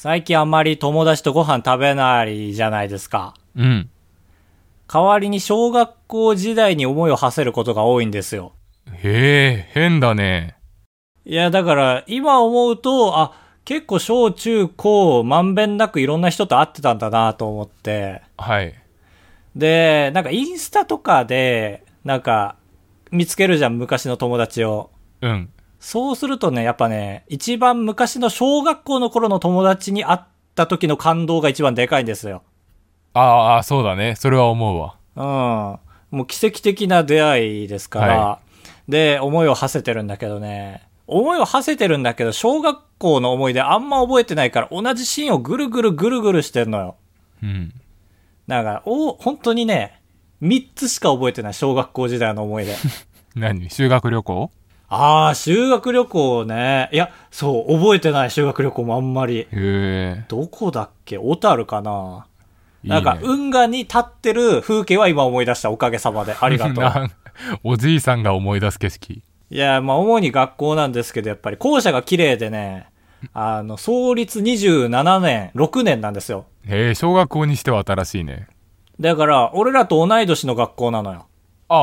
最近あんまり友達とご飯食べないじゃないですか。 うん。 代わりに小学校時代に思いを馳せることが多いんですよ。 へえ、変だね。 いや、だから今思うと、結構小中高まんべんなくいろんな人と会ってたんだなと思って。 はい。 で、なんかインスタとかで、なんか見つけるじゃん、昔の友達を。 うん。 そうするとね、やっぱね、一番昔の小学校の頃の友達に会った時の感動が一番でかいんですよ。 ああ、そうだね。それは思うわ。 うん。もう奇跡的な出会いですから、 はで、思いを馳せてるんだけどね。思いを馳せてるんだけど、小学校の思い出あんま覚えてないから同じシーンをぐるぐるぐるぐるしてんのよ。 うん。 だから、本当にね、3つしか覚えてない、小学校時代の思い出。 何修学旅行？ 修学旅行ね。いや、そう、覚えてない、修学旅行もあんまり。 へえ。 どこだっけ？小樽かな。 いいね。 なんか、運河に立ってる風景は今思い出した、おかげさまで。ありがとう。 おじいさんが思い出す景色。 いや、まあ、主に学校なんですけど、やっぱり校舎が綺麗でね、創立27年、6年なんですよ。 へえ、小学校にしては新しいね。 だから、俺らと同い年の学校なのよ。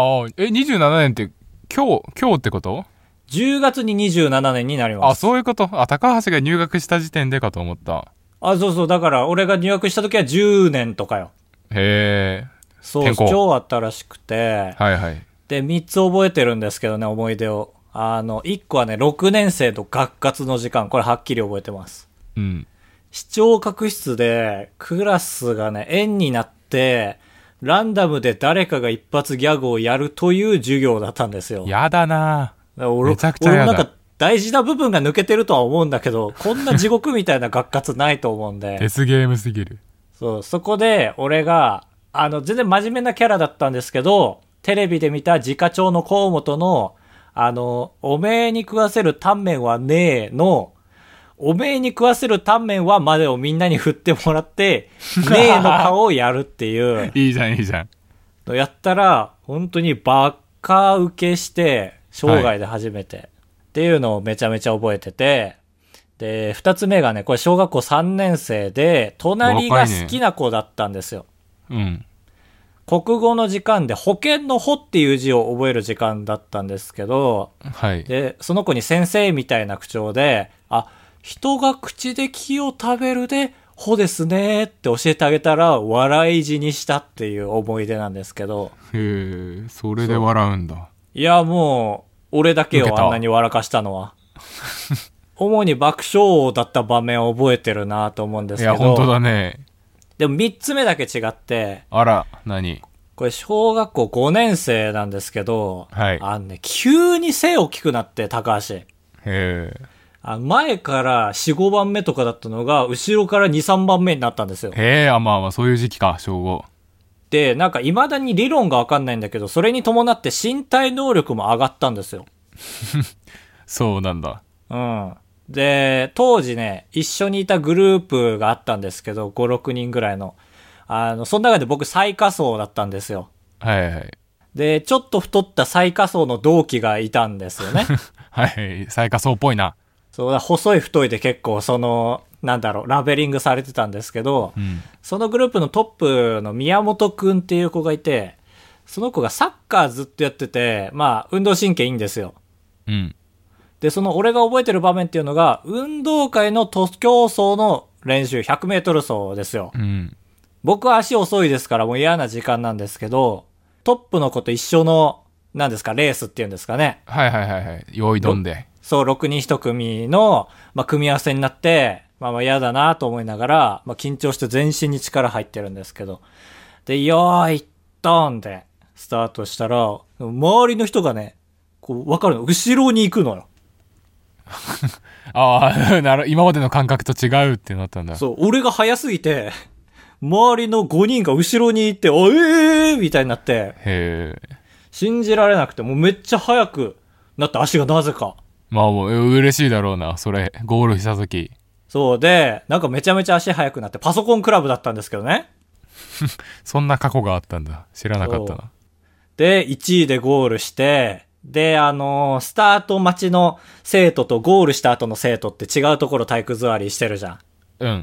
27年って今日ってこと？ 10月に27年になります。 そういうこと。高橋が入学した時点でかと思った。 そうそう。だから、俺が入学した時は10年とかよ。 へえ。 そう、 転校。 超あったらしくて。 はいはい。 で、3つ覚えてるんですけどね、思い出を。1個はね、6年生と学活の時間。これはっきり覚えてます。 うん。 視聴覚室で、クラスがね、円になって、ランダムで誰かが一発ギャグをやるという授業だったんですよ。 やだな俺めちゃくちゃやだ。 俺もなんか大事な部分が抜けてるとは思うんだけど、こんな地獄みたいな学活ないと思うんで。 デスゲームすぎる。 そう、そこで俺が、全然真面目なキャラだったんですけど、テレビで見た自家長の河本の、おめえに食わせるタンメンはねえの、おめえに食わせるタンメンはまでをみんなに振ってもらって、ねえの顔をやるっていう。 いいじゃんいいじゃん。 やったら、本当にバカ受けして、生涯で初めて、っていうのをめちゃめちゃ覚えてて、で、二つ目がね、これ小学校3年生で、隣が好きな子だったんですよ。 うん。 国語の時間で保険の保っていう字を覚える時間だったんですけど、 はい。 で、その子に先生みたいな口調で、人が口で木を食べるで、ほですねって教えてあげたら、笑い字にしたっていう思い出なんですけど。 へえ、それで笑うんだ。 いや、もう、俺だけをあんなに笑かしたのは。主に爆笑だった場面を覚えてるなと思うんですけど。 いや、本当だね。 でも3つ目だけ違って、 あら、何？ これ小学校5年生なんですけど、 はい。 急に背大きくなって、高橋。 へえ。 前から4、5番目とかだったのが、後ろから2、3番目になったんですよ。 へえ、まあまあ、そういう時期か、小5。 で、なんか未だに理論がわかんないんだけど、それに伴って身体能力も上がったんですよ。 そうなんだ。 うん。で、当時ね、一緒にいたグループがあったんですけど、5、6人ぐらいの。その中で僕最下層だったんですよ。 はいはい。 で、ちょっと太った最下層の同期がいたんですよね。 はい、最下層っぽいな。 そうだ、細い太いで結構ラベリングされてたんですけど、 うん。 そのグループのトップの宮本くんっていう子がいて、その子がサッカーずっとやってて、まあ、運動神経いいんですよ。 うん。 で、その俺が覚えてる場面っていうのが、運動会の徒競走の練習、100メートル走ですよ。 うん。 僕は足遅いですからもう嫌な時間なんですけど、トップの子と一緒の、何ですか、レースっていうんですかね。 はいはいはいはい。用意どんで。 そう、6人1組の、組み合わせになって、嫌だなと思いながら、緊張して全身に力入ってるんですけど。で、よーい、ドーンで、スタートしたら、周りの人がね、わかるの？後ろに行くのよ。 今までの感覚と違うってなったんだ。 そう、俺が早すぎて、周りの5人が後ろに行って、みたいになって、 へえ。 信じられなくて、もうめっちゃ速くなった足がなぜか。 まあもう、嬉しいだろうな、それ。ゴールした時。 そうで、なんかめちゃめちゃ足速くなって、パソコンクラブだったんですけどね。 そんな過去があったんだ。知らなかったな。 で、1位でゴールして、で、スタート待ちの生徒とゴールした後の生徒って違うところ体育座りしてるじゃん。 うん。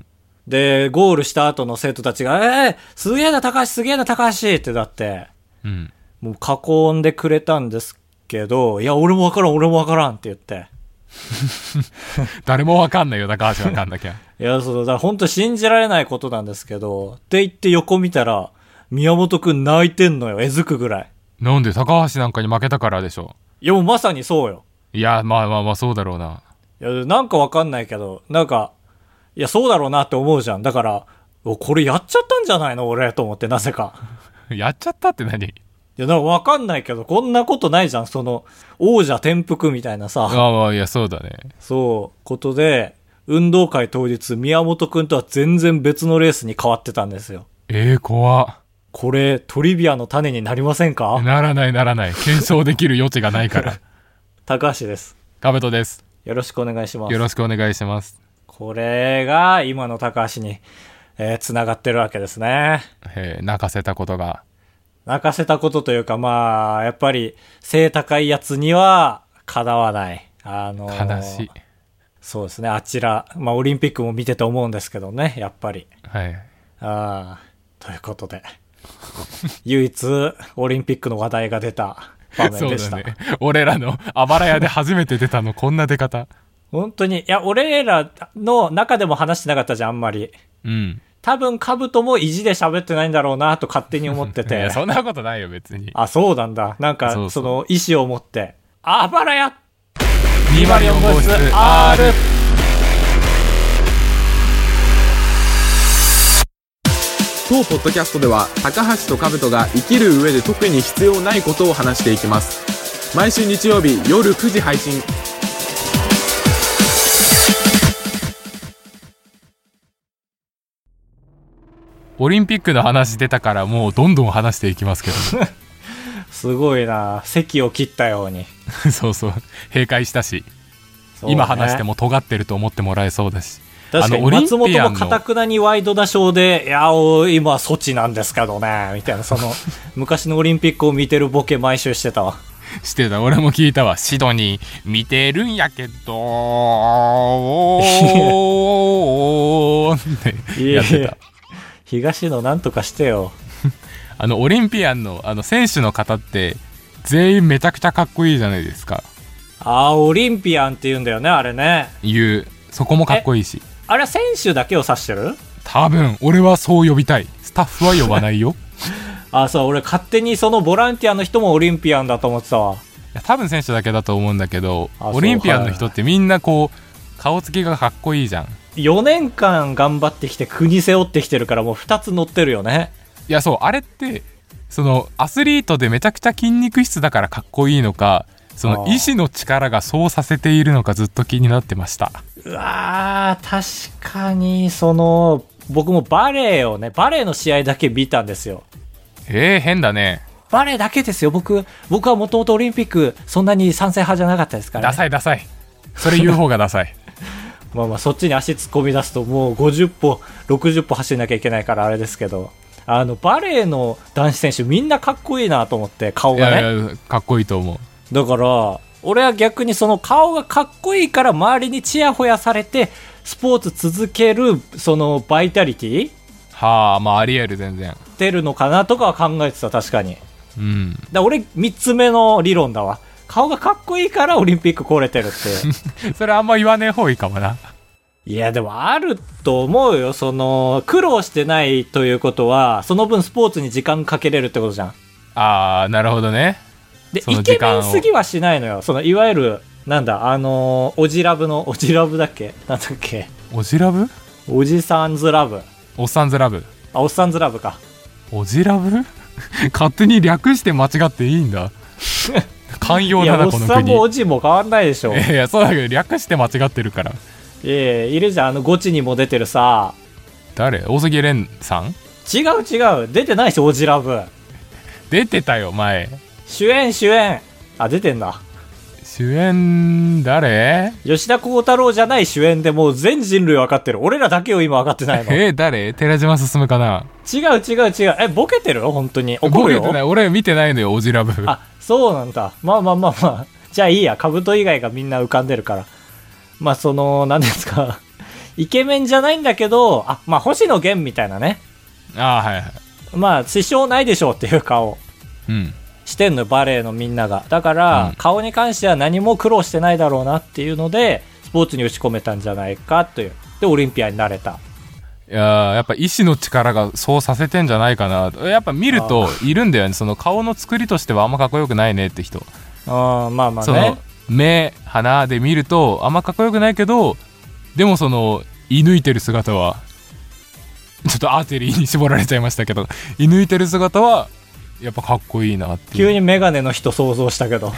で、ゴールした後の生徒たちが、すげえな、高橋、すげえな、高橋ってなって、 うん。 もう囲んでくれたんですけど、いや、俺もわからん、俺もわからんって言って。 誰もわかんないよ、高橋わかんなきゃ。 いや、そうだ、から本当信じられないことなんですけど、って言って横見たら、宮本くん泣いてんのよ、えずくぐらい。 なんで高橋なんかに負けたからでしょ。 いや、もうまさにそうよ。 いや、まあまあまあ、そうだろうな。 いや、なんかわかんないけど、なんか、いや、そうだろうなって思うじゃん。だから、これやっちゃったんじゃないの俺、と思って、なぜか。 やっちゃったって何？ いや、なんかわかんないけど、こんなことないじゃん。その、王者転覆みたいなさ。 ああ、まあ、いや、そうだね。 そう、ことで、運動会当日、宮本くんとは全然別のレースに変わってたんですよ。 怖っ。 これ、トリビアの種になりませんか？ ならないならない。検証できる余地がないから。 高橋です。 カブトです。 よろしくお願いします。 よろしくお願いします。 これが、今の高橋に、繋がってるわけですね。 泣かせたことが。 泣かせたことというか、まあ、やっぱり、背高いやつには、かなわない。 悲しい。 そうですね、あちら、まあ、オリンピックも見てて思うんですけどね、やっぱり。 はい。 ということで。唯一、オリンピックの話題が出た場面でした。 そうだね。俺らのあばら屋で初めて出たの、こんな出方。 本当に、いや、俺らの中でも話してなかったじゃん、あんまり。 うん。 多分、カブトも意地で喋ってないんだろうな、と勝手に思ってて。 いや、そんなことないよ、別に。 あ、そうなんだ。なんか、 そうそうその、意思を持って、あばらや 204号室 R。 当ポッドキャストでは高橋と兜が生きる上で特に必要ないことを話していきます。毎週日曜日夜9時配信。 オリンピックの話出たからもうどんどん話していきますけど、ね、 すごいな、席を切ったように。 そうそう、閉会したし、 ね、 今話しても尖ってると思ってもらえそうだし。 確かに松本も堅くなにワイドナショーで、いや、今ソチなんですけどね、みたいな、その、昔のオリンピックを見てるボケ毎週してたわ。 してた、俺も聞いたわ。シドニー見てるんやけどってやってた。 東野なんとかしてよ。 オリンピアンの選手の方って全員めちゃくちゃかっこいいじゃないですか。 オリンピアンって言うんだよね、あれね。 そこもかっこいいし。 あれは選手だけを指してる？ 多分俺はそう呼びたい。スタッフは呼ばないよ。 そう、俺勝手にそのボランティアの人もオリンピアンだと思ってたわ。 いや、多分選手だけだと思うんだけど、オリンピアンの人ってみんなこう顔つきがかっこいいじゃん。 4年間頑張ってきて国背負ってきてるから、もう2つ乗ってるよね。 いや、そう、あれってそのアスリートでめちゃくちゃ筋肉質だからかっこいいのか、その意志の力がそうさせているのかずっと気になってました。 うわー、確かにその僕もバレーの試合だけ見たんですよ。 変だね。 バレーだけですよ。僕はもともとオリンピックそんなに賛成派じゃなかったですから、ね、 ダサいそれ言う方がダサい。 まあそっちに足突っ込み出すともう50歩60歩走んなきゃいけないからあれですけど、バレーの男子選手みんなかっこいいなと思って、顔がね。 いやかっこいいと思う。 だから俺は逆にその顔がかっこいいから周りにチヤホヤされてスポーツ続けるそのバイタリティ、 まああり得る、全然出るのかなとかは考えてた。確かに。 だ俺3つ目の理論だわ。顔がかっこいいからオリンピック来れてるってそれあんま言わねえ方がいいかもな。 いやでもあると思うよ。その苦労してないということはその分スポーツに時間かけれるってことじゃん。 なるほどね。 でイケメンすぎはしないのよ。そのいわゆるなんだオジラブだっけ、なんだっけ、 オジラブ、 おじさんずラブ、 おっさんずラブ、 おっさんずラブか。 オジラブ勝手に略して間違っていいんだ。寛容だなこの国。 いやおっさんもおじも変わんないでしょ。 いやそうだけど略して間違ってるから。 いるじゃん、ゴチにも出てるさ。 誰？大杉蓮さん？ 違う出てないし、オジラブ出てたよ前。 主演出てんだ。 主演誰？ 吉田鋼太郎じゃない主演でもう全人類分かってる。俺らだけを今分かってないの。 誰？寺島進かな？ 違う。ボケてるよ本当に。怒るよ。 ボケてない。俺見てないのよ、オジラブ。 そうなんだ。まあじゃあいいや。兜以外がみんな浮かんでるから。まあその何ですかイケメンじゃないんだけど、まあ星野源みたいなね。 ああ、はいはい。 まあ支障ないでしょうっていう顔うん。 してんの、バレーのみんなが。だから、 うん顔に関しては何も苦労してないだろうなっていうので、スポーツに打ち込めたんじゃないかという。で、オリンピアになれた。 いやー、やっぱ意志の力がそうさせてんじゃないかな。やっぱ見るといるんだよね。その顔の作りとしてはあんまかっこよくないねって人。 まあまあそのね。 目、鼻で見るとあんまかっこよくないけど、でもその、射抜いてる姿は、ちょっとアーティリーに絞られちゃいましたけど、射抜いてる姿は、やっぱかっこいいなっていう。 急にメガネの人想像したけど。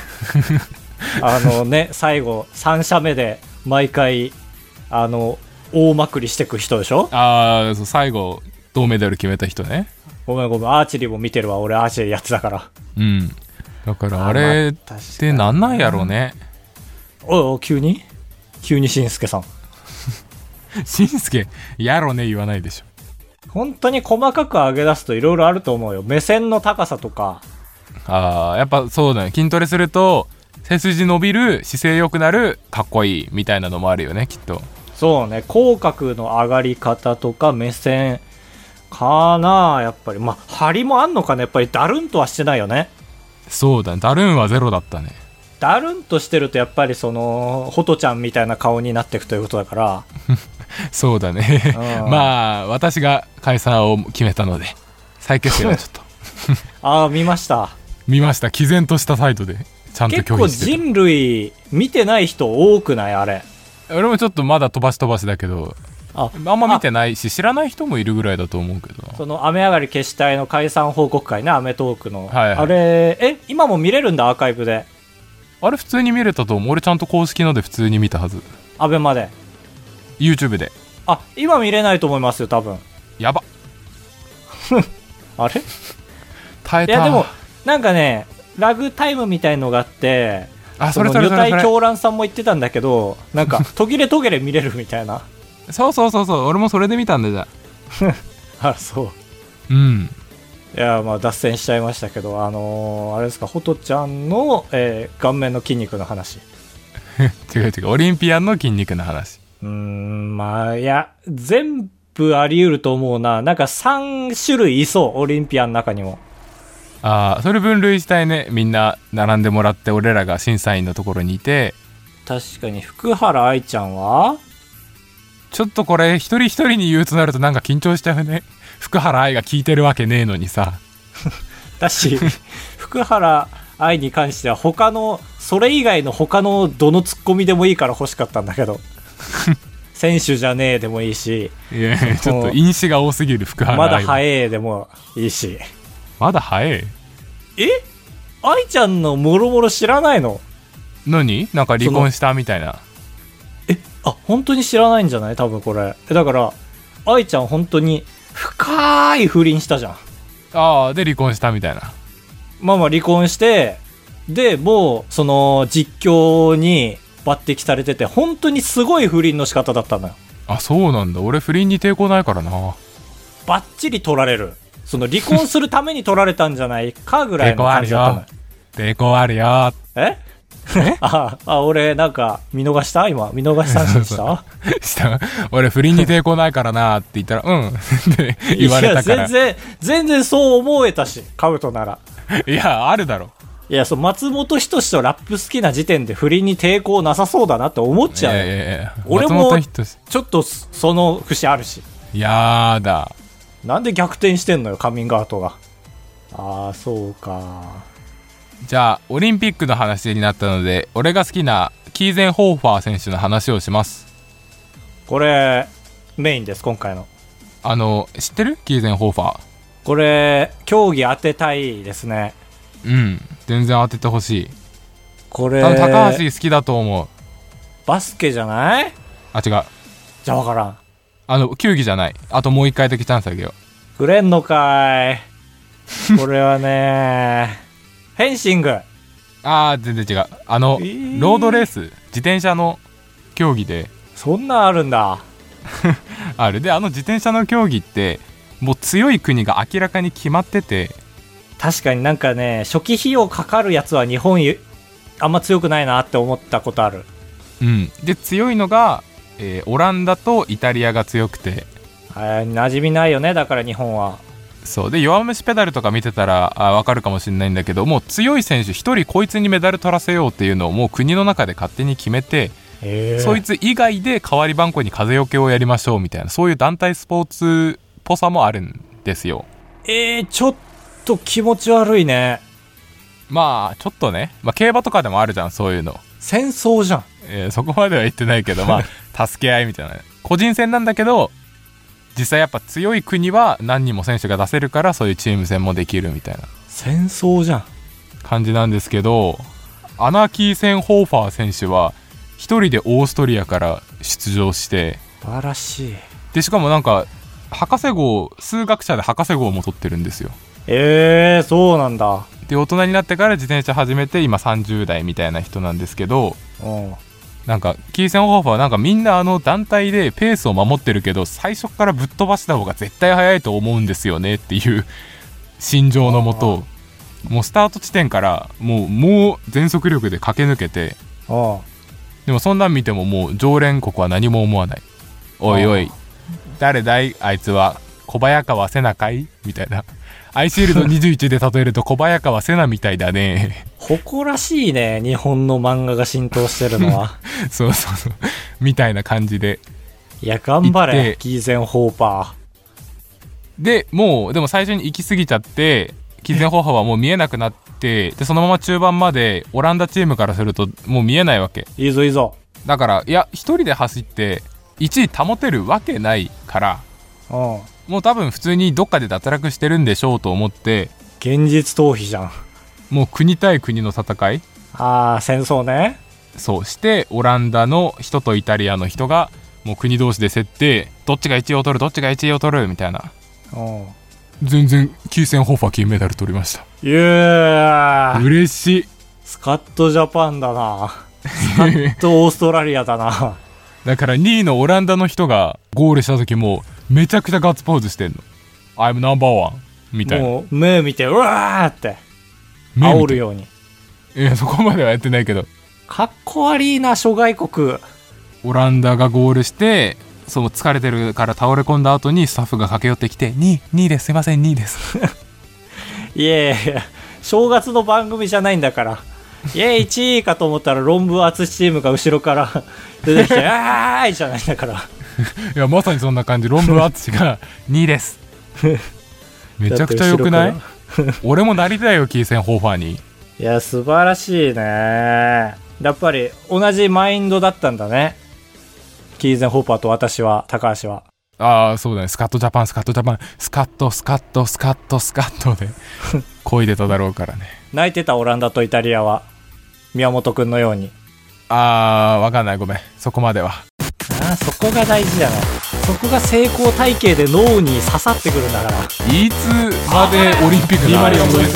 最後、3射目で毎回、大まくりしてく人でしょ。 ああ、そう、最後銅メダル決めた人ね。 ごめん、アーチェリーも見てるわ。俺アーチェリーやってたから。 うん。だからあれってなんなんやろうね。 おい、急にしんすけさん。 しんすけやろね言わないでしょ。 本当に細かく上げ出すといろいろあると思うよ。目線の高さとか。 ああ、やっぱそうだね。筋トレすると背筋伸びる、姿勢良くなる、かっこいいみたいなのもあるよね、きっと。 そうね、口角の上がり方とか目線かな、やっぱり。まあ張りもあんのかね。やっぱりダルンとはしてないよね。 そうだね、ダルーンはゼロだったね。 ダルンとしてるとやっぱりそのホトちゃんみたいな顔になっていくということだからそうだね。まあ私が解散を決めたので、再結成はちょっと見ました。 見ました。毅然とした態度でちゃんと拒否してた。 結構人類見てない人多くない？あれ。 俺もちょっとまだ飛ばしだけど、あんま見てないし知らない人もいるぐらいだと思うけど。 その雨上がり決死隊の解散報告会ね、アメトーークの、 はいはい、 あれ今も見れるんだ、アーカイブで。 あれ普通に見れたと思う。俺ちゃんと公式ので普通に見たはず。 アベマで YouTube で。 今見れないと思いますよ、多分。 やばあれ耐えた。 いやでもなんかね、ラグタイムみたいのがあって、 それ女体狂乱さんも言ってたんだけど、なんか途切れ見れるみたいなそう俺もそれで見たんだ。じゃあそう。 うんいや、まあ脱線しちゃいましたけど、あれですか、ホトちゃんの、顔面の筋肉の話違うオリンピアンの筋肉の話。 まあいや全部あり得ると思うな。なんか3種類いそう、オリンピアンの中にも。 それ分類したいね。みんな並んでもらって俺らが審査員のところにいて。 確かに福原愛ちゃんはちょっとこれ一人一人に言うとなるとなんか緊張しちゃうね。福原愛が聞いてるわけねえのにさ。 だし福原愛に関してはそれ以外の他のどのツッコミでもいいから欲しかったんだけど選手じゃねえでもいいし、 いやちょっと因子が多すぎる。福原愛まだ早えでもいいし。 まだ早え。 愛ちゃんのもろもろ知らないの？ 何？なんか離婚したみたいな。 本当に知らないんじゃない？多分これ。だから愛ちゃん本当に深い不倫したじゃん。 で離婚したみたいな。 まあ離婚して、でもうその実況に抜擢されてて、本当にすごい不倫の仕方だったのよ。 そうなんだ。俺不倫に抵抗ないからな。 バッチリ取られる。その離婚するために取られたんじゃないかぐらいの感じだったのよ。 抵抗あるよ。 俺なんか見逃した？今見逃し三振したした俺不倫に抵抗ないからなって言ったらって言われたから。 いや全然そう思えたし、カブトなら。 いやあるだろ。 いや、松本人志とラップ好きな時点で不倫に抵抗なさそうだなって思っちゃう。俺もちょっとその節あるし。 やだ。 なんで逆転してんのよ、カミングアウトが。そうか。 じゃあオリンピックの話になったので、俺が好きなキーゼンホーファー選手の話をします。 これメインです、今回の。 知ってる？キーゼンホーファー。 これ競技当てたいですね。 全然当ててほしい。 これ高橋好きだと思う。 バスケじゃない？違う。 じゃあ分からん。球技じゃない。あともう一回だけチャンスあげよう。くれんのかい。これはねフェンシング。 全然違う。ロードレース、自転車の競技で。 そんなんあるんだ。 ある。で自転車の競技ってもう強い国が明らかに決まってて。 確かになんかね、初期費用かかるやつは日本あんま強くないなって思ったことある。 で強いのがオランダとイタリアが強くて、 馴染みないよね、だから日本は。 そうで弱虫ペダルとか見てたら分かるかもしれないんだけど、もう強い選手1人こいつにメダル取らせようっていうのをもう国の中で勝手に決めて、そいつ以外で代わり番号に風よけをやりましょうみたいな、そういう団体スポーツっぽさもあるんですよ。 ちょっと気持ち悪いね。 まあちょっとね、競馬とかでもあるじゃんそういうの。 戦争じゃん。 そこまでは言ってないけど助け合いみたいな個人戦なんだけど、実際やっぱ強い国は何人も選手が出せるから、そういうチーム戦もできるみたいな戦争じゃん感じなんですけど、アナキーセンホーファー選手は一人でオーストリアから出場して、 素晴らしい。 でしかもなんか博士号、数学者で博士号も取ってるんですよ。 そうなんだ。 で大人になってから自転車始めて今30代みたいな人なんですけど、なんかキーセンホーファーはなんかみんな団体でペースを守ってるけど、最初からぶっ飛ばした方が絶対速いと思うんですよねっていう心情のもと、もうスタート地点からもう全速力で駆け抜けて、でもそんなん見てももう常連国は何も思わない。おいおい誰だいあいつは、小早川瀬名かいみたいな。アイシールド21で例えると小早川瀬名みたいだね。 誇らしいね、日本の漫画が浸透してるのは。 そうみたいな感じで。 いや頑張れキーゼンホーパーで。でも最初に行き過ぎちゃって、キーゼンホーパーはもう見えなくなって、でそのまま中盤までオランダチームからするともう見えないわけ。 いいぞいいぞ。 だからいや一人で走って1位保てるわけないから、もう多分普通にどっかで脱落してるんでしょうと思って。 現実逃避じゃん。 もう国対国の戦い、 戦争ね。 そうしてオランダの人とイタリアの人がもう国同士で競って、どっちが1位を取るどっちが1位を取るみたいな。全然キーセンホーファー金メダル取りました。嬉しい。 スカットジャパンだな。スカットオーストラリアだな。 だから2位のオランダの人がゴールした時もめちゃくちゃガッツポーズしてんの。 I'm number one みたいな。 もう目見てうわーって煽るように。 いやそこまではやってないけど、 かっこ悪いな諸外国。 オランダがゴールして、そう疲れてるから倒れ込んだ後にスタッフが駆け寄ってきて、2位です、すいません2位ですいや正月の番組じゃないんだから。1位かと思ったら論文厚チームが後ろから出てきてあーいじゃないんだからいやまさにそんな感じ。論文厚が2位ですめちゃくちゃ良くない？俺もなりたいよキーセンホーファーに。 いや素晴らしいね。やっぱり同じマインドだったんだね、キーゼンホーパーと私は。高橋はそうだね。スカットジャパンスカットジャパンスカットスカットスカットスカットで漕いでただろうからね。 泣いてたオランダとイタリアは宮本くんのように。 わかんない、ごめんそこまでは。 そこが大事だな。そこが成功体系で脳に刺さってくるんだから。 いつまでオリンピックのあるんです。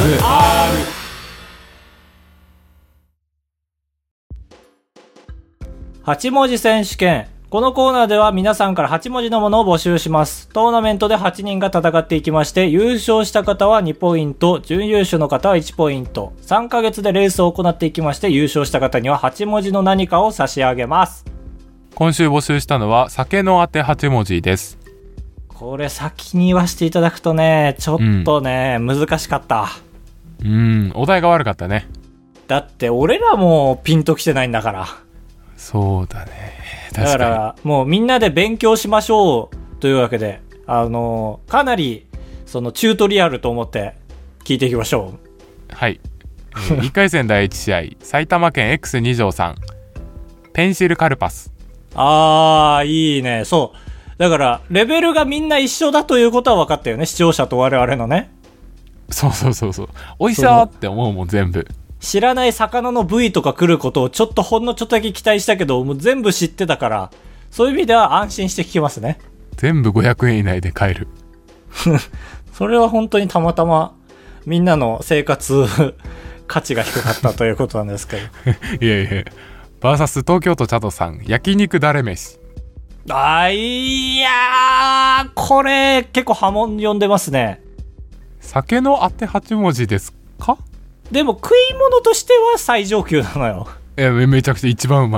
8文字選手権。このコーナーでは皆さんから8文字のものを募集します。トーナメントで8人が戦っていきまして、優勝した方は2ポイント、準優勝の方は1ポイント。3ヶ月でレースを行っていきまして、優勝した方には8文字の何かを差し上げます。 今週募集したのは酒のあて8文字です。 これ先に言わせていただくとね、ちょっとね、難しかった。 お題が悪かったね。 だって俺らもピンときてないんだから。 そうだね。 だからもうみんなで勉強しましょうというわけで、かなりそのチュートリアルと思って聞いていきましょう。はい。1回戦第1試合、埼玉県 X2 条さん、ペンシルカルパス。 いいね。そうだからレベルがみんな一緒だということは分かったよね、視聴者と我々のね。 そうおいしさって思うもん。全部知らない魚の部位とか来ることをちょっとほんのちょっとだけ期待したけど、もう全部知ってたから、そういう意味では安心して聞けますね。 全部500円以内で買えるそれは本当にたまたまみんなの生活価値が低かったということなんですけどいやバーサス東京都チャドさん、焼肉だれ飯。 いやー、これ結構波紋呼んでますね。 酒のあて8文字ですか？ でも食い物としては最上級なのよ。 めちゃくちゃ一番うまい。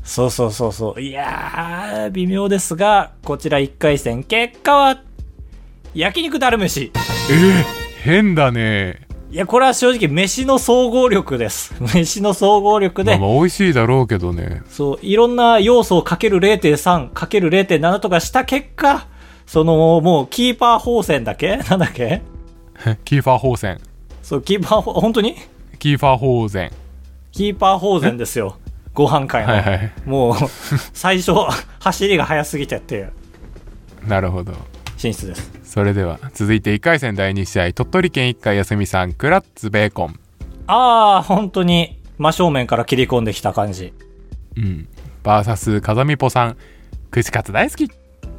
そうそうそうそう。いやー、微妙ですが、こちら1回戦、結果は、焼肉だる飯。 変だね。 いや、これは正直、飯の総合力です。飯の総合力で。 まあ美味しいだろうけどね。 そう、いろんな要素をかける 0.3、かける 0.7 とかした結果、もう、キーパー方戦だっけなんだっけキーファーホーゼン。 そう、本当にキーファーホーゼン。 キーパー方戦ですよ。ご飯会の。 はいはい。 もう、最初、走りが速すぎてっていう。 なるほど。 進出です。 それでは続いて1回戦第2試合、鳥取県一回休みさん、クラッツベーコン。 本当に真正面から切り込んできた感じ。 バーサス風見ぽさん、串カツ大好き。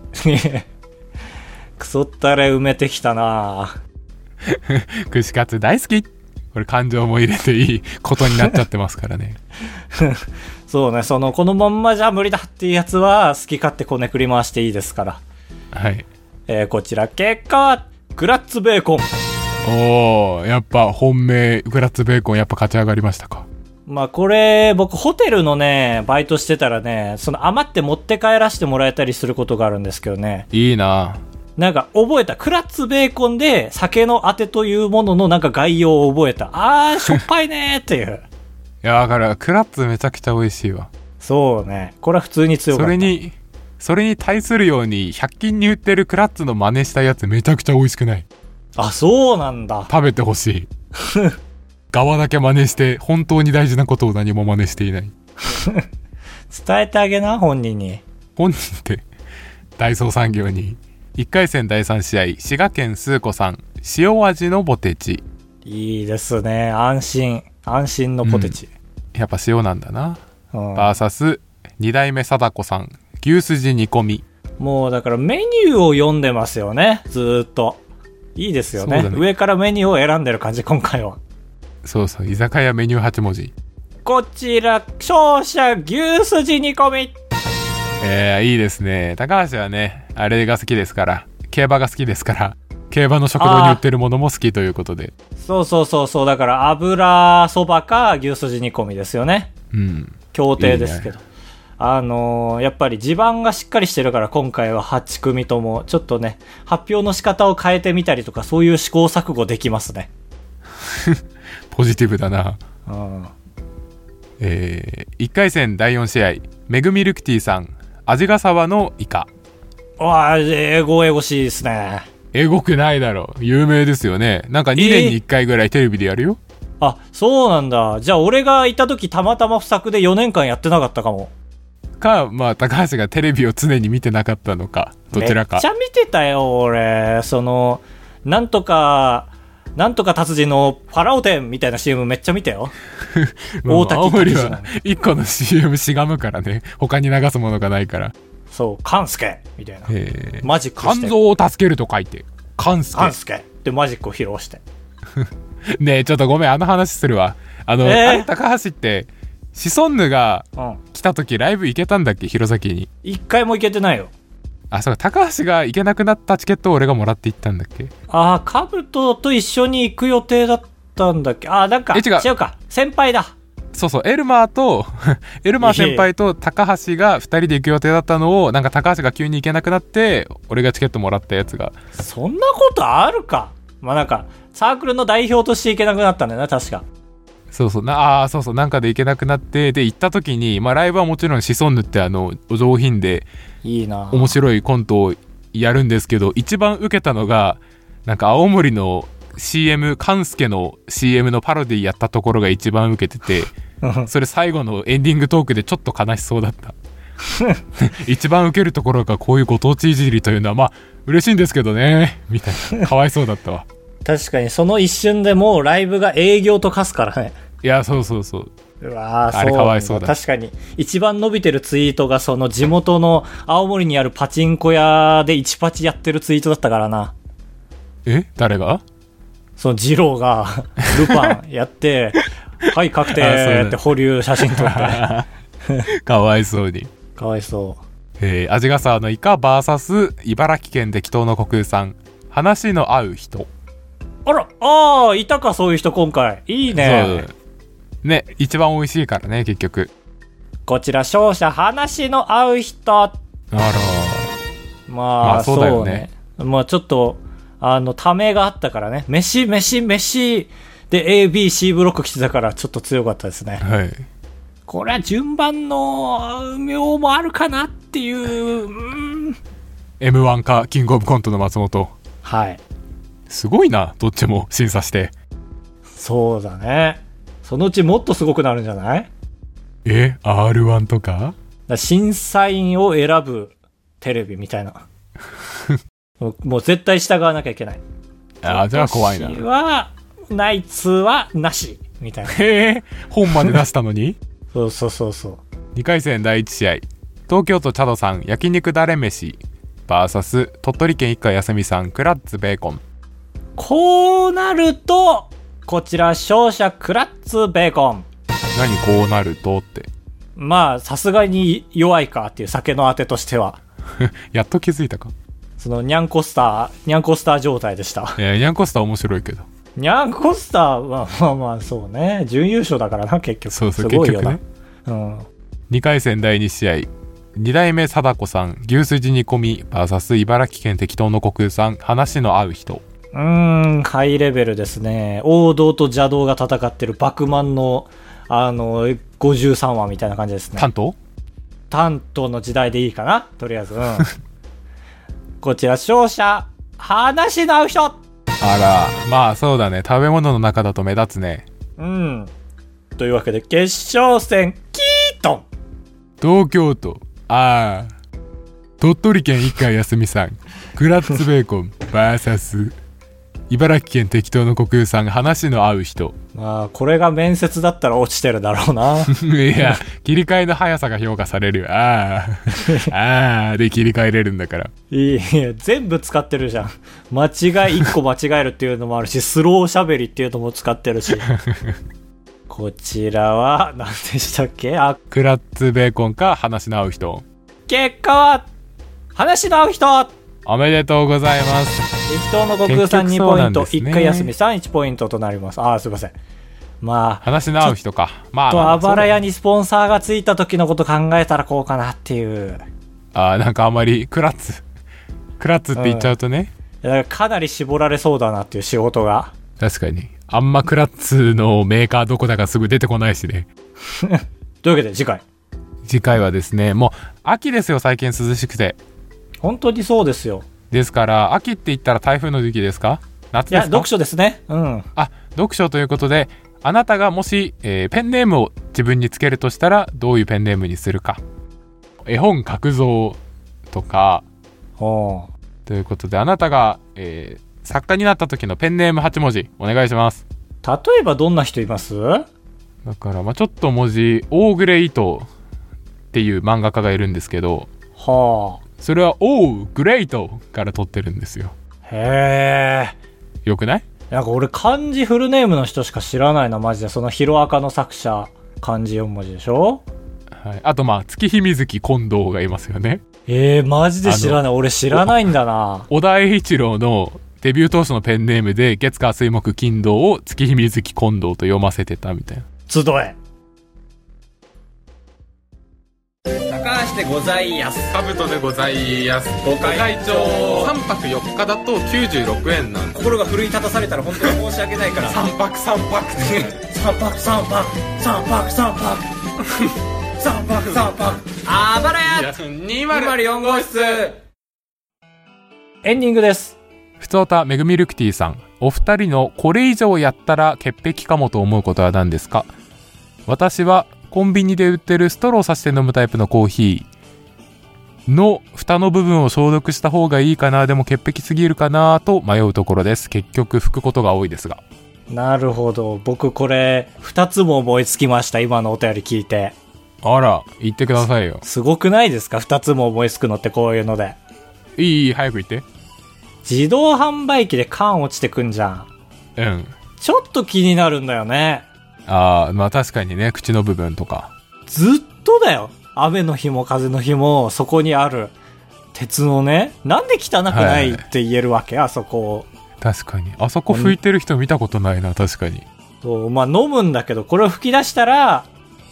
クソったれ埋めてきたな。 串カツ大好き。これ感情も入れていいことになっちゃってますからね。 そうね、このまんまじゃ無理だっていうやつは好き勝手こねくり回していいですから。 はい。 こちら結果はクラッツベーコン。 やっぱ本命クラッツベーコンやっぱ勝ち上がりましたか。 まあこれ僕ホテルのねバイトしてたらね、余って持って帰らせてもらえたりすることがあるんですけどね。 いいな。 なんか覚えた。クラッツベーコンで酒のあてというもののなんか概要を覚えた。しょっぱいねーっていう。 いやだからクラッツめちゃくちゃ美味しいわ。 そうね、これは普通に強かった。 それに対するように100均に売ってるクラッツの真似したやつめちゃくちゃ美味しくない？ そうなんだ。 食べてほしい。側だけ真似して本当に大事なことを何も真似していない。 伝えてあげな、本人に。 本人って大創産業に。1回戦第3試合、滋賀県スー子さん、塩味のポテチ。 いいですね。安心のポテチ。 やっぱ塩なんだな。バーサス2代目貞子さん、牛すじ煮込み。 もうだからメニューを読んでますよね、ずーっと。いいですよ ね。上からメニューを選んでる感じ、今回は。 そうそう、居酒屋メニュー8文字。 こちら勝者牛すじ煮込み。 いいですね。高橋はねあれが好きですから、競馬が好きですから、競馬の食堂に売ってるものも好きということで。 そうだから油そばか牛すじ煮込みですよね。協定ですけど。いいね。やっぱり地盤がしっかりしてるから、今回は8組ともちょっとね発表の仕方を変えてみたりとか、そういう試行錯誤できますね。 ポジティブだな。1回戦第4試合、めぐみルクティさん、味ヶ沢のイカ。 英語しいですね。 英語くないだろ、有名ですよね。なんか2年に1回ぐらいテレビでやるよ。 そうなんだ。じゃあ俺がいた時たまたま不作で4年間やってなかったかも。 まあ高橋がテレビを常に見てなかったのか、どちらか。 めっちゃ見てたよ俺。なんとか達人のファラオ店みたいな CM めっちゃ見たよ。 大滝達人は1個の CM しがむからね、他に流すものがないから。 そう、カンスケみたいなマジックして、 肝臓を助けると書いてカンスケってマジックを披露して。 ねえちょっとごめん、話するわ。あれ高橋ってシソンヌが来た時ライブ行けたんだっけ、弘前に。 一回も行けてないよ。 そうか、高橋が行けなくなったチケットを俺がもらって行ったんだっけ。 カブトと一緒に行く予定だったんだっけ。なんか違うか、先輩だ。 そうエルマー先輩と高橋が2人で行く予定だったのを、なんか高橋が急に行けなくなって俺がチケットもらったやつが。 そんなことあるか。なんかサークルの代表として行けなくなったんだよな、確か。 そうなんかで行けなくなって、で行った時に、ライブはもちろんシソンヌってお上品でいいな、 面白いコントをやるんですけど、一番受けたのがなんか青森の CM、カンスケの CM のパロディやったところが一番受けてて、それ最後のエンディングトークでちょっと悲しそうだった。一番受けるところがこういうご当地いじりというのは嬉しいんですけどねみたいな。かわいそうだったわ。 確かにその一瞬でもうライブが営業と化すからね。 いやそうあれかわいそうだ。 確かに一番伸びてるツイートが地元の青森にあるパチンコ屋で1パチやってるツイートだったからな。 誰が？ 二郎がルパンやってはい確定って保留写真撮ってかわいそうに。 かわいそう。 味ヶ沢のイカ VS 茨城県適当の国空さん、話の合う人。 いたか、そういう人今回。いいね。 ね、一番美味しいからね、結局。 こちら勝者話の合う人。 あら。 まあ、 そうだよね。 まあちょっと、ためがあったからね。飯で A、B、C ブロック来てたからちょっと強かったですね。 はい。 これは順番の妙もあるかなっていう。 M1 かキングオブコントの松本。 はい。 すごいな、どっちも審査して。 そうだね。そのうちもっとすごくなるんじゃない？ R1 とか？ 審査員を選ぶテレビみたいな。もう絶対従わなきゃいけない。 じゃあ怖いな。 今年はナイツはなしみたいな。 本まで出したのに？ そう。 2回戦第1試合、東京都チャドさん焼肉だれ飯 VS 鳥取県一家休みさんクラッツベーコン。 こうなるとこちら勝者クラッツベーコン。 何こうなるとって。 まあさすがに弱いかっていう酒のあてとしてはやっと気づいたか。 そのニャンコスター状態でした。 ニャンコスター面白いけど。 ニャンコスターはまあそうね、準優勝だからな結局。 そうすごいよな、 結局ね。2回戦第2試合、2代目貞子さん牛すじ煮込み VS 茨城県適当の国有さん話の合う人。 ハイレベルですね。王道と邪道が戦ってるバクマンの53話みたいな感じですね。担当の時代でいいかなとりあえず。こちら勝者話の合う人。 あら、まあそうだね、食べ物の中だと目立つね。 というわけで決勝戦キートン東京都鳥取県一家休みさんクラッツベーコン VS 茨城県適当の国有さん話の合う人。 まあこれが面接だったら落ちてるだろうな。 いや切り替えの速さが評価されるよ。で切り替えれるんだから。 いや全部使ってるじゃん。1個間違えるっていうのもあるし、スローしゃべりっていうのも使ってるし。こちらは何でしたっけ？ クラッツベーコンか話の合う人。 結果は話の合う人。 おめでとうございます。 適当の国有さん2ポイント、一回休みさん1ポイントとなります。すいません。まあ話の合う人か。 あばら屋にスポンサーがついた時のこと考えたらこうかなっていう。 なんかあんまりクラッツって言っちゃうとね、 かなり絞られそうだなっていう仕事が。 確かにあんまクラッツのメーカーどこだかすぐ出てこないしね。 というわけで次回はですね、もう秋ですよ。最近涼しくて。 本当にそうですよ。 ですから秋って言ったら台風の時期ですか？夏ですか？ 読書ですね。 読書ということで、あなたがもし、ペンネームを自分につけるとしたらどういうペンネームにするか。絵本格蔵とかということで、あなたが、作家になった時のペンネーム8文字お願いします。 例えばどんな人います？ だからちょっと文字オーグレイトっていう漫画家がいるんですけど、それはオーグレイトから取ってるんですよ。 へー、 よくない？ なんか俺漢字フルネームの人しか知らないなマジで。そのヒロアカの作者漢字4文字でしょ。 はい。あと月日水木近藤がいますよね。 マジで知らない。俺知らないんだな。 小田栄一郎のデビュー当初のペンネームで月火水木金土を月日水木近藤と読ませてたみたいな。 集え高橋でございやす。 カブトでございやす。 ご会長 3泊4日だと96円なんで。 心が奮い立たされたら本当に申し訳ないから 3泊3泊あばらや204号室。エンディングです。 ふつおためぐみルクティさん、お二人のこれ以上やったら潔癖かもと思うことは何ですか？私はコンビニで売ってるストローさして飲むタイプのコーヒーの蓋の部分を消毒した方がいいかな、でも潔癖すぎるかなと迷うところです。結局拭くことが多いですが。 なるほど。僕これ2つも思いつきました。今のお便り聞いて。 あら、言ってくださいよ。 すごくないですか？2つも思いつくのってこういうので。 いい、早く言って。 自動販売機で缶落ちてくんじゃん。ちょっと気になるんだよね。 確かにね、口の部分とか。 ずっとだよ。雨の日も風の日もそこにある鉄のね、なんで汚くないって言えるわけ？あそこ。 確かに。あそこ拭いてる人見たことないな、確かに。 そう、飲むんだけど、これを吹き出したら、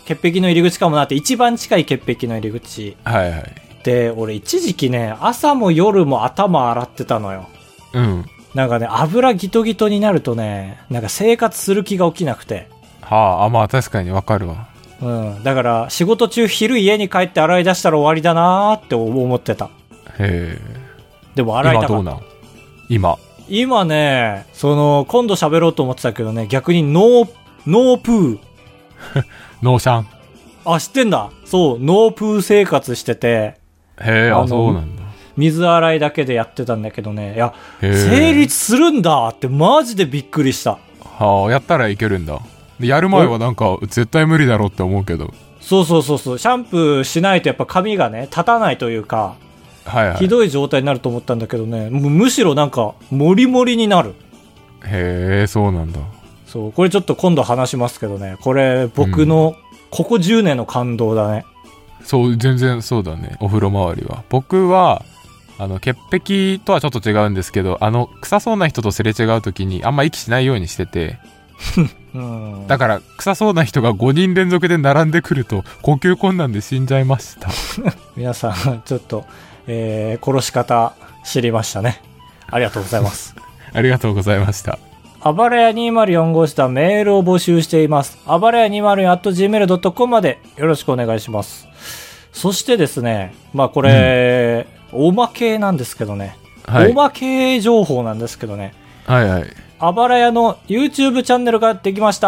潔癖の入り口かもなって、一番近い潔癖の入り口。 はいはい。 で、俺一時期ね、朝も夜も頭洗ってたのよ。 うん。 なんかね、油ギトギトになるとね、なんか生活する気が起きなくて。 はあ、まあ確かにわかるわ。 うん。だから仕事中昼家に帰って洗い出したら終わりだなーって思ってた。 へえ。 でも洗いたかった。 今どうなん？今ね、今度喋ろうと思ってたけどね、逆にノープー。 ノーシャン。 あ、知ってんだ。そう、ノープー生活してて。 へえ、そうなんだ。 水洗いだけでやってたんだけどね。いや、成立するんだってマジでびっくりした。 はあ、やったらいけるんだ。でやる前はなんか絶対無理だろうって思うけど。 そう。シャンプーしないとやっぱ髪がね、立たないというか、 はいはい。 ひどい状態になると思ったんだけどね、むしろなんか、モリモリになる。 へえ、そうなんだ。 そう、これちょっと今度話しますけどね、これ僕のここ10年の感動だね。 そう、全然そうだね。お風呂周りは。僕は、潔癖とはちょっと違うんですけど、臭そうな人とすれ違う時にあんま息しないようにしてて、だから臭そうな人が5人連続で並んでくると呼吸困難で死んじゃいました皆さんちょっと、殺し方知りましたね。ありがとうございますありがとうございました。 あばらや204号室ではメールを募集しています。あばらや 204@gmail.com までよろしくお願いします。そしてですね、まあこれ、おまけなんですけどね、はい、おまけ情報なんですけどね、 はいはい、 あばらやの YouTube チャンネルができました。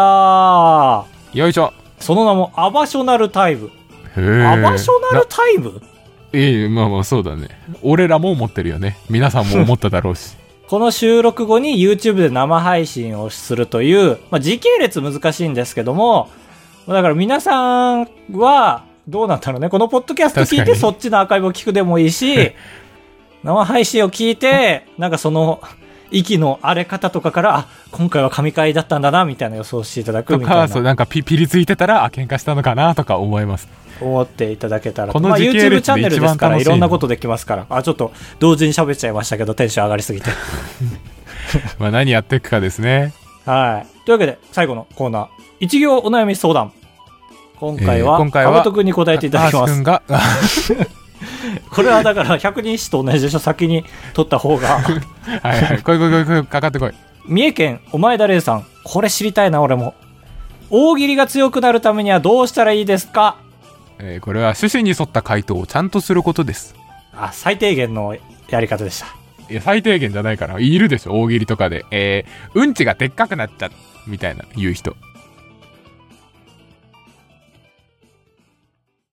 よいしょ。 その名もアバショナルタイム。アバショナルタイム？ まあそうだね。俺らも思ってるよね。皆さんも思っただろうしこの収録後に YouTube で生配信をするという、まあ、時系列難しいんですけども、だから皆さんはどうなんだろうね。このポッドキャスト聞いてそっちのアーカイブを聞くでもいいし生配信を聞いてなんかその息の荒れ方とかから、あ、今回は神回だったんだなみたいな予想していただくみたいな。 そう、なんかピリついてたら喧嘩したのかなとか思います。 思っていただけたら。 この時系列で一番楽しいの。 YouTube チャンネルですからいろんなことできますから。ちょっと同時に喋っちゃいましたけどテンション上がりすぎてまあ何やっていくかですね。 はい。というわけで最後のコーナー、一行お悩み相談。今回はかぶとくんに答えていただきます。これはだから百人一首と同じでしょ。先に取った方がはい来いかかってこい。 三重県お前だれさん、これ知りたいな。俺も大喜利が強くなるためにはどうしたらいいですか？ これは趣旨に沿った回答をちゃんとすることです。 最低限のやり方でした。 いや最低限じゃないからいるでしょ大喜利とかで、うんちがでっかくなっちゃうみたいな言う人。